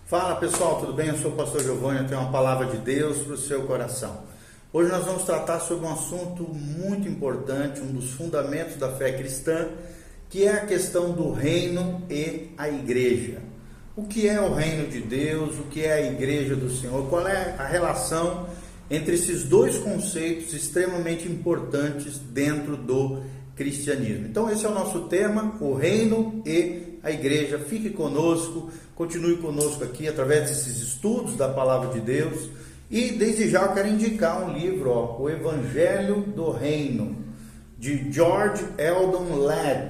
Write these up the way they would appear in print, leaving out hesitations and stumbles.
Fala pessoal, tudo bem? Eu sou o pastor Giovanni, eu tenho uma palavra de Deus para o seu coração. Hoje nós vamos tratar sobre um assunto muito importante, um dos fundamentos da fé cristã, que é a questão do reino e a igreja. O que é o reino de Deus, o que é a igreja do Senhor, qual é a relação entre esses dois conceitos extremamente importantes dentro do cristianismo. Então esse é o nosso tema, o reino e a igreja. Fique conosco, continue conosco aqui através desses estudos da palavra de Deus. E desde já eu quero indicar um livro, O Evangelho do Reino, de George Eldon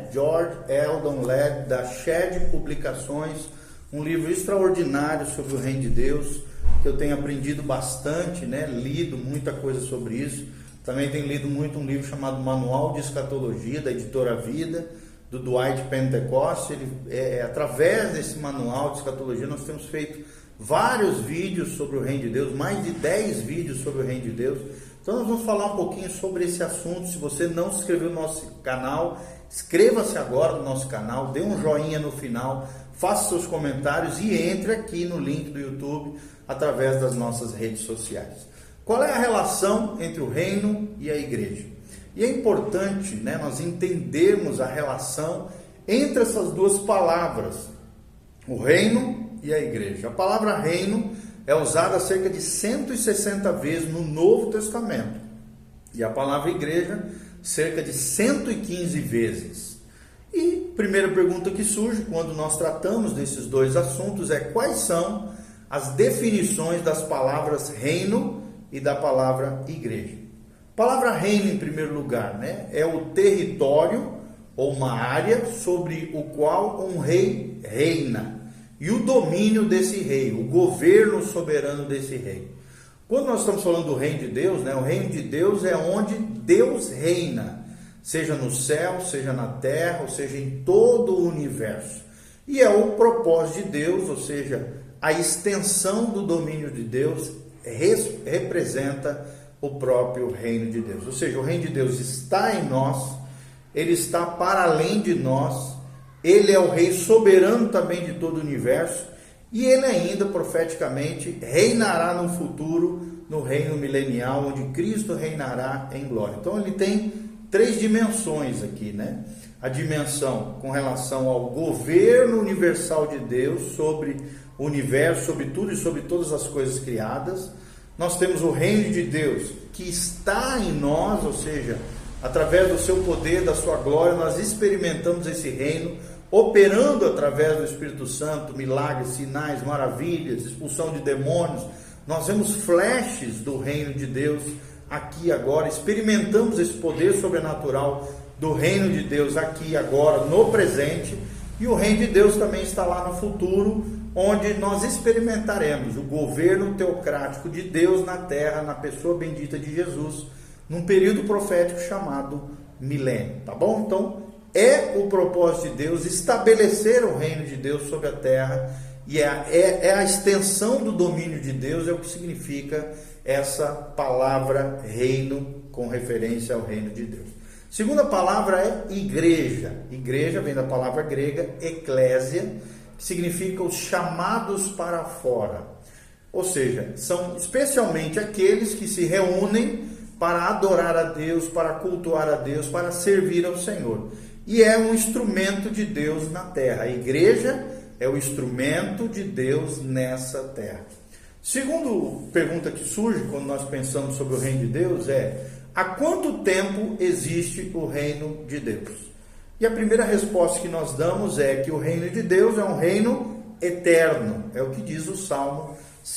Ladd, da Shed Publicações, um livro extraordinário sobre o reino de Deus, que eu tenho aprendido bastante, lido muita coisa sobre isso. Também tenho lido muito um livro chamado Manual de Escatologia, da editora Vida, do Dwight Pentecost. Através desse manual de escatologia nós temos feito vários vídeos sobre o reino de Deus, mais de 10 vídeos sobre o reino de Deus. Então nós vamos falar um pouquinho sobre esse assunto. Se você não se inscreveu no nosso canal, inscreva-se agora no nosso canal, dê um joinha no final, faça seus comentários e entre aqui no link do YouTube através das nossas redes sociais. Qual é a relação entre o reino e a igreja? E é importante, nós entendermos a relação entre essas duas palavras, o reino e a igreja. A palavra reino é usada cerca de 160 vezes no Novo Testamento e a palavra igreja cerca de 115 vezes. E a primeira pergunta que surge quando nós tratamos desses dois assuntos é: quais são as definições das palavras reino e da palavra igreja? A palavra reino, em primeiro lugar, é o território ou uma área sobre o qual um rei reina e o domínio desse rei, o governo soberano desse rei. Quando nós estamos falando do reino de Deus, o reino de Deus é onde Deus reina, seja no céu, seja na terra, ou seja, em todo o universo. E é o propósito de Deus, ou seja, a extensão do domínio de Deus representa o próprio reino de Deus. Ou seja, o reino de Deus está em nós, ele está para além de nós, ele é o rei soberano também de todo o universo, e ele ainda profeticamente reinará no futuro, no reino milenial, onde Cristo reinará em glória. Então ele tem três dimensões aqui, A dimensão com relação ao governo universal de Deus sobre o universo, sobre tudo e sobre todas as coisas criadas. Nós temos o reino de Deus que está em nós, ou seja, através do seu poder, da sua glória, nós experimentamos esse reino, operando através do Espírito Santo, milagres, sinais, maravilhas, expulsão de demônios. Nós vemos flashes do reino de Deus aqui agora, experimentamos esse poder sobrenatural do reino de Deus aqui agora, no presente, e o reino de Deus também está lá no futuro, onde nós experimentaremos o governo teocrático de Deus na terra, na pessoa bendita de Jesus, num período profético chamado milênio, tá bom? Então, é o propósito de Deus estabelecer o reino de Deus sobre a terra, e é a extensão do domínio de Deus, é o que significa essa palavra reino, com referência ao reino de Deus. Segunda palavra é igreja. Igreja vem da palavra grega eklésia, que significa os chamados para fora. Ou seja, são especialmente aqueles que se reúnem para adorar a Deus, para cultuar a Deus, para servir ao Senhor. E é um instrumento de Deus na terra. A igreja é o instrumento de Deus nessa terra. Segunda pergunta que surge quando nós pensamos sobre o reino de Deus é: há quanto tempo existe o reino de Deus? E a primeira resposta que nós damos é que o reino de Deus é um reino eterno. É o que diz o Salmo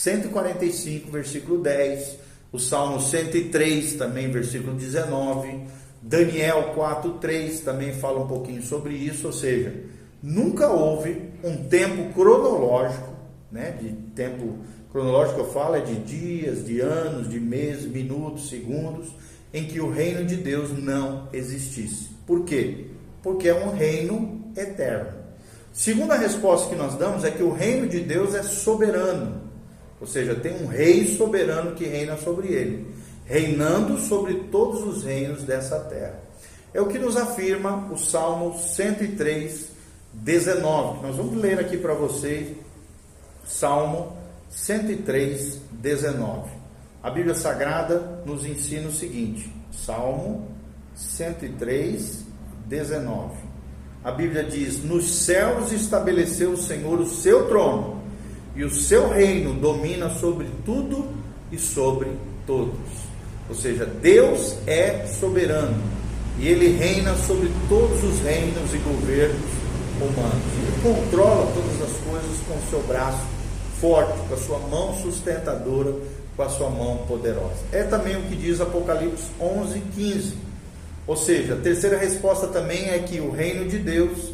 145, versículo 10. O Salmo 103, também, versículo 19. Daniel 4:3 também fala um pouquinho sobre isso. Ou seja, nunca houve um tempo cronológico, de tempo cronológico eu falo é de dias, de anos, de meses, minutos, segundos, em que o reino de Deus não existisse. Por quê? Porque é um reino eterno. Segunda resposta que nós damos é que o reino de Deus é soberano, ou seja, tem um rei soberano que reina sobre ele, reinando sobre todos os reinos dessa terra. É o que nos afirma o Salmo 103, 19. Nós vamos ler aqui para vocês Salmo 103, 19. A Bíblia Sagrada nos ensina o seguinte, Salmo 103, 19. A Bíblia diz: nos céus estabeleceu o Senhor o seu trono, e o seu reino domina sobre tudo e sobre todos. Ou seja, Deus é soberano, e Ele reina sobre todos os reinos e governos humanos. Ele controla todas as coisas com o seu braço forte, com a sua mão sustentadora, com a sua mão poderosa. É também o que diz Apocalipse 11, 15. Ou seja, a terceira resposta também é que o reino de Deus,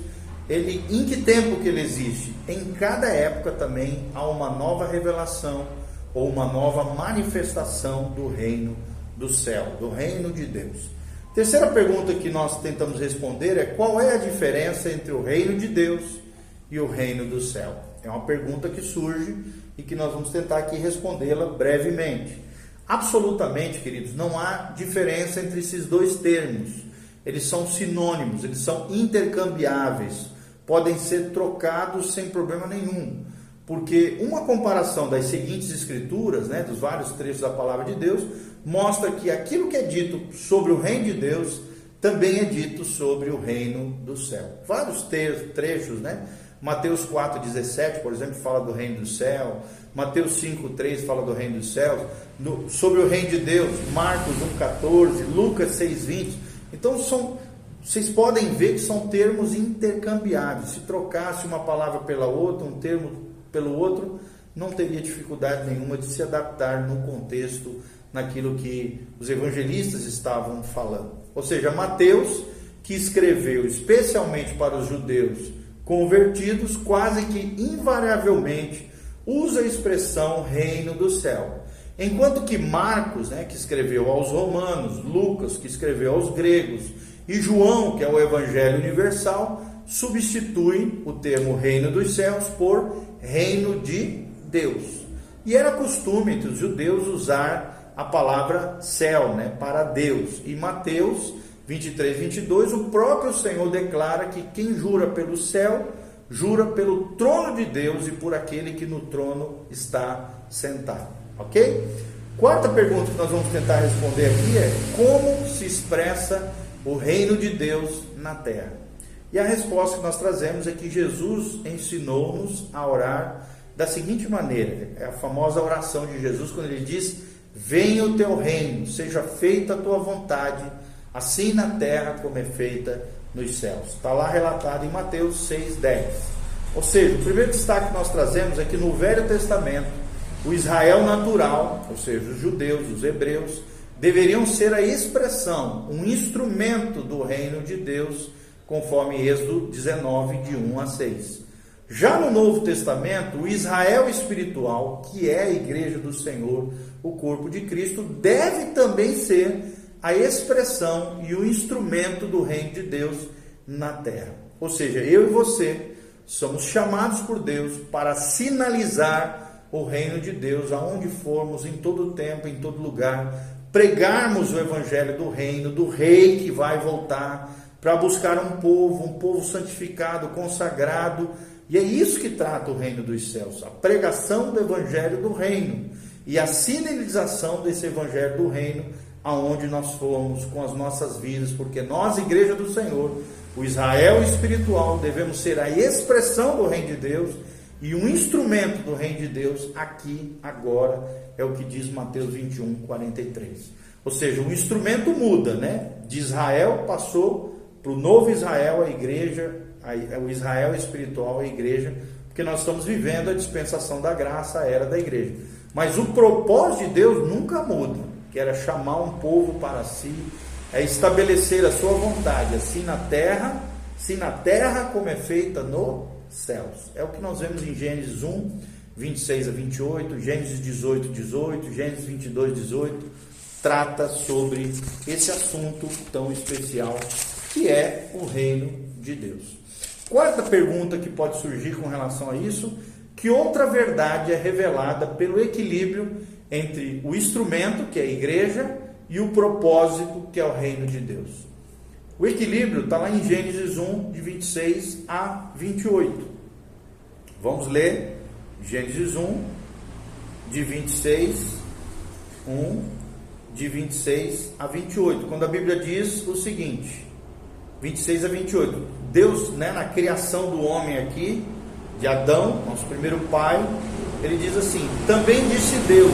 em que tempo que ele existe? Em cada época também há uma nova revelação ou uma nova manifestação do reino do céu, do reino de Deus. Terceira pergunta que nós tentamos responder é: qual é a diferença entre o reino de Deus e o reino do céu? É uma pergunta que surge e que nós vamos tentar aqui respondê-la brevemente. Absolutamente, queridos, não há diferença entre esses dois termos. Eles são sinônimos, eles são intercambiáveis, podem ser trocados sem problema nenhum, porque uma comparação das seguintes escrituras, dos vários trechos da palavra de Deus, mostra que aquilo que é dito sobre o reino de Deus também é dito sobre o reino do céu. Vários trechos, Mateus 4,17, por exemplo, fala do reino do céu. Mateus 5,3 fala do reino dos céus. Sobre o reino de Deus, Marcos 1,14, Lucas 6,20. Então, vocês podem ver que são termos intercambiáveis. Se trocasse uma palavra pela outra, um termo pelo outro, não teria dificuldade nenhuma de se adaptar no contexto, naquilo que os evangelistas estavam falando. Ou seja, Mateus, que escreveu especialmente para os judeus convertidos, quase que invariavelmente usa a expressão reino do céu. Enquanto que Marcos, que escreveu aos romanos, Lucas, que escreveu aos gregos, e João, que é o evangelho universal, substitui o termo reino dos céus por reino de Deus. E era costume entre os judeus usar a palavra céu, para Deus. E Mateus 23, 22, o próprio Senhor declara que quem jura pelo céu, jura pelo trono de Deus e por aquele que no trono está sentado. Ok? Quarta pergunta que nós vamos tentar responder aqui é: como se expressa o reino de Deus na terra? E a resposta que nós trazemos é que Jesus ensinou-nos a orar da seguinte maneira. É a famosa oração de Jesus, quando ele diz: venha o teu reino, seja feita a tua vontade, assim na terra como é feita nos céus. Está lá relatado em Mateus 6,10. Ou seja, o primeiro destaque que nós trazemos é que no Velho Testamento, o Israel natural, ou seja, os judeus, os hebreus, deveriam ser a expressão, um instrumento do reino de Deus, conforme Êxodo 19, de 1 a 6. Já no Novo Testamento, o Israel espiritual, que é a igreja do Senhor, o corpo de Cristo, deve também ser a expressão e o instrumento do reino de Deus na terra. Ou seja, eu e você somos chamados por Deus para sinalizar o reino de Deus aonde formos, em todo tempo, em todo lugar, pregarmos o evangelho do reino, do rei que vai voltar, para buscar um povo santificado, consagrado. E é isso que trata o reino dos céus, a pregação do evangelho do reino e a sinalização desse evangelho do reino aonde nós formos com as nossas vidas, porque nós, igreja do Senhor, o Israel espiritual, devemos ser a expressão do reino de Deus e um instrumento do reino de Deus aqui, agora, é o que diz Mateus 21, 43. Ou seja, o instrumento muda, de Israel passou para o novo Israel, a igreja, o Israel espiritual, a igreja, porque nós estamos vivendo a dispensação da graça, a era da igreja. Mas o propósito de Deus nunca muda, que era chamar um povo para si, é estabelecer a sua vontade, assim na terra como é feita nos céus. É o que nós vemos em Gênesis 1, 26 a 28, Gênesis 18, 18, Gênesis 22, 18, trata sobre esse assunto tão especial que é o reino de Deus. Quarta pergunta que pode surgir com relação a isso: que outra verdade é revelada pelo equilíbrio entre o instrumento, que é a igreja, e o propósito, que é o reino de Deus? O equilíbrio está lá em Gênesis 1, de 26 a 28. Vamos ler Gênesis 1, de 26 a 28, quando a Bíblia diz o seguinte, 26 a 28, Deus, na criação do homem aqui, de Adão, nosso primeiro pai, ele diz assim: também disse Deus,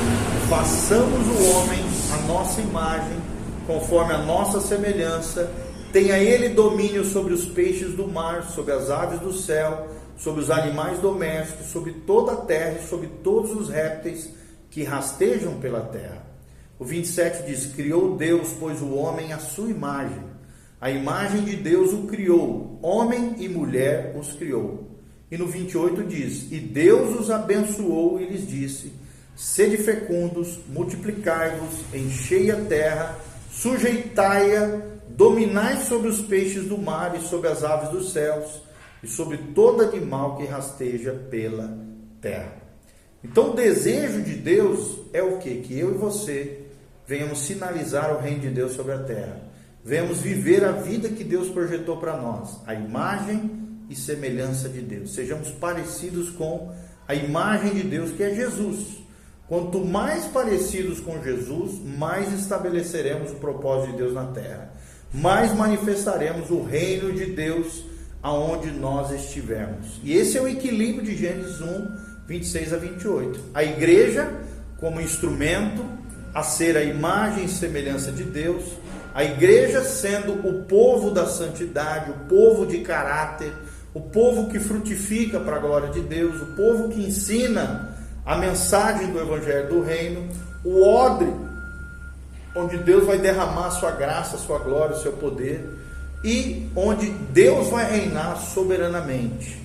façamos o homem à nossa imagem, conforme a nossa semelhança, tenha ele domínio sobre os peixes do mar, sobre as aves do céu, sobre os animais domésticos, sobre toda a terra e sobre todos os répteis que rastejam pela terra. O 27 diz: criou Deus, pois, o homem à sua imagem, a imagem de Deus o criou, homem e mulher os criou. E no 28 diz: e Deus os abençoou e lhes disse: sede fecundos, multiplicai-vos, enchei a terra, sujeitai-a, dominai sobre os peixes do mar e sobre as aves dos céus e sobre todo animal que rasteja pela terra. Então o desejo de Deus é o quê? Que eu e você venhamos sinalizar o reino de Deus sobre a terra, venhamos viver a vida que Deus projetou para nós, a imagem e semelhança de Deus, sejamos parecidos com a imagem de Deus, que é Jesus. Quanto mais parecidos com Jesus, mais estabeleceremos o propósito de Deus na terra, mais manifestaremos o reino de Deus aonde nós estivermos. E esse é o equilíbrio de Gênesis 1, 26 a 28. A igreja como instrumento a ser a imagem e semelhança de Deus, a igreja sendo o povo da santidade, o povo de caráter, o povo que frutifica para a glória de Deus, o povo que ensina a mensagem do Evangelho do Reino, o odre onde Deus vai derramar sua graça, sua glória, seu poder, e onde Deus vai reinar soberanamente,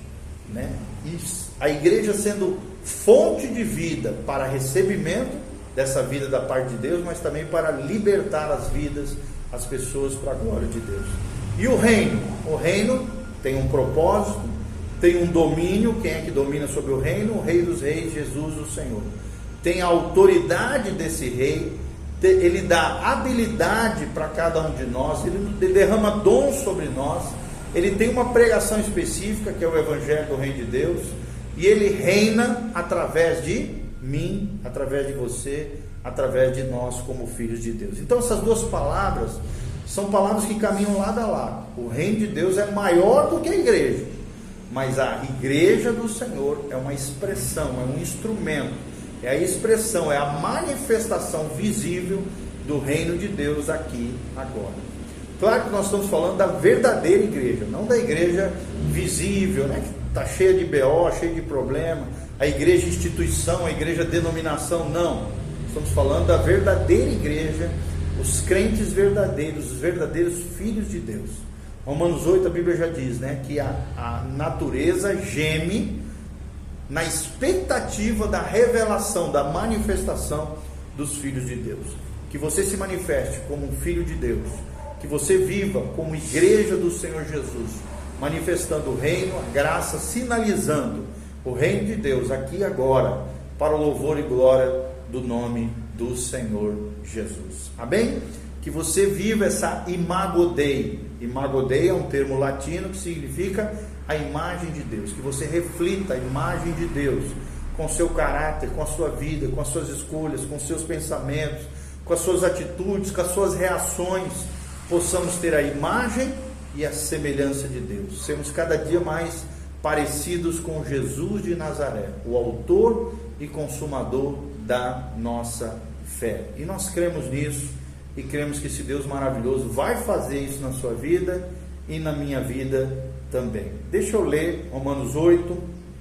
E a igreja sendo fonte de vida para recebimento dessa vida da parte de Deus, mas também para libertar as vidas, as pessoas para a glória de Deus. E o reino tem um propósito, tem um domínio. Quem é que domina sobre o reino? O Rei dos Reis, Jesus, o Senhor. Tem a autoridade desse rei, ele dá habilidade para cada um de nós, ele derrama dons sobre nós, ele tem uma pregação específica, que é o Evangelho do Reino de Deus, e ele reina através de mim, através de você, através de nós como filhos de Deus. Então essas duas palavras são palavras que caminham lado a lado. O reino de Deus é maior do que a igreja, mas a igreja do Senhor é uma expressão, é um instrumento, é a expressão, é a manifestação visível do reino de Deus aqui, agora. Claro que nós estamos falando da verdadeira igreja, não da igreja visível, que está cheia de BO, cheia de problema, a igreja instituição, a igreja denominação, não. Estamos falando da verdadeira igreja, os crentes verdadeiros, os verdadeiros filhos de Deus. Romanos 8, a Bíblia já diz, que a natureza geme na expectativa da revelação, da manifestação dos filhos de Deus. Que você se manifeste como um filho de Deus, que você viva como igreja do Senhor Jesus, manifestando o reino, a graça, sinalizando o reino de Deus aqui e agora, para o louvor e glória do nome do Senhor Jesus. Amém? Que você viva essa imago Dei. Imago Dei é um termo latino que significa a imagem de Deus. Que você reflita a imagem de Deus com o seu caráter, com a sua vida, com as suas escolhas, com os seus pensamentos, com as suas atitudes, com as suas reações. Possamos ter a imagem e a semelhança de Deus. Sermos cada dia mais parecidos com Jesus de Nazaré, o autor e consumador da nossa fé. E nós cremos nisso e cremos que esse Deus maravilhoso vai fazer isso na sua vida e na minha vida também. Deixa eu ler Romanos 8,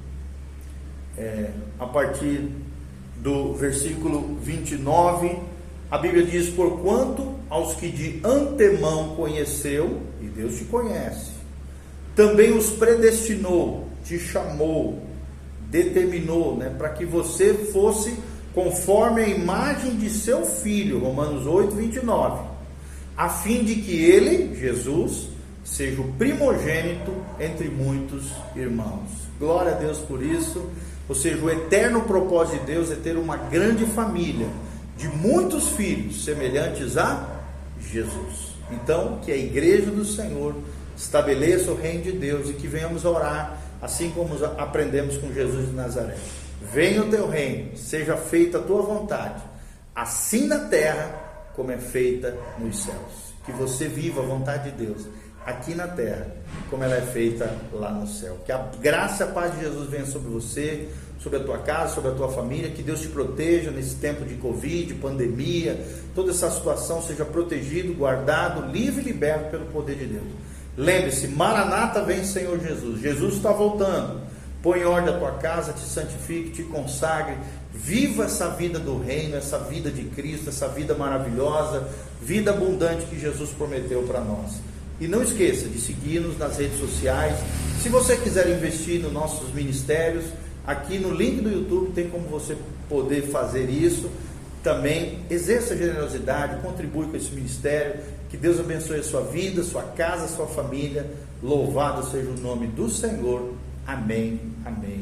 a partir do versículo 29. A Bíblia diz: porquanto aos que de antemão conheceu, e Deus te conhece, também os predestinou, te chamou, determinou, para que você fosse conforme a imagem de seu Filho, Romanos 8, 29, a fim de que ele, Jesus, seja o primogênito entre muitos irmãos. Glória a Deus por isso. Ou seja, o eterno propósito de Deus é ter uma grande família de muitos filhos semelhantes a Jesus. Então, que a igreja do Senhor estabeleça o reino de Deus e que venhamos orar assim como aprendemos com Jesus de Nazaré. Venha o teu reino, seja feita a tua vontade, assim na terra como é feita nos céus. Que você viva a vontade de Deus aqui na terra, como ela é feita lá no céu. Que a graça e a paz de Jesus venha sobre você, sobre a tua casa, sobre a tua família. Que Deus te proteja nesse tempo de Covid, pandemia, toda essa situação, seja protegido, guardado, livre e liberto pelo poder de Deus. Lembre-se, Maranata, vem Senhor Jesus. Jesus está voltando. Põe em ordem a tua casa, te santifique, te consagre. Viva essa vida do reino, essa vida de Cristo, essa vida maravilhosa, vida abundante que Jesus prometeu para nós. E não esqueça de seguir-nos nas redes sociais. Se você quiser investir nos nossos ministérios, aqui no link do YouTube tem como você poder fazer isso. Também exerça generosidade, contribui com esse ministério. Que Deus abençoe a sua vida, sua casa, sua família. Louvado seja o nome do Senhor. Amém, amém.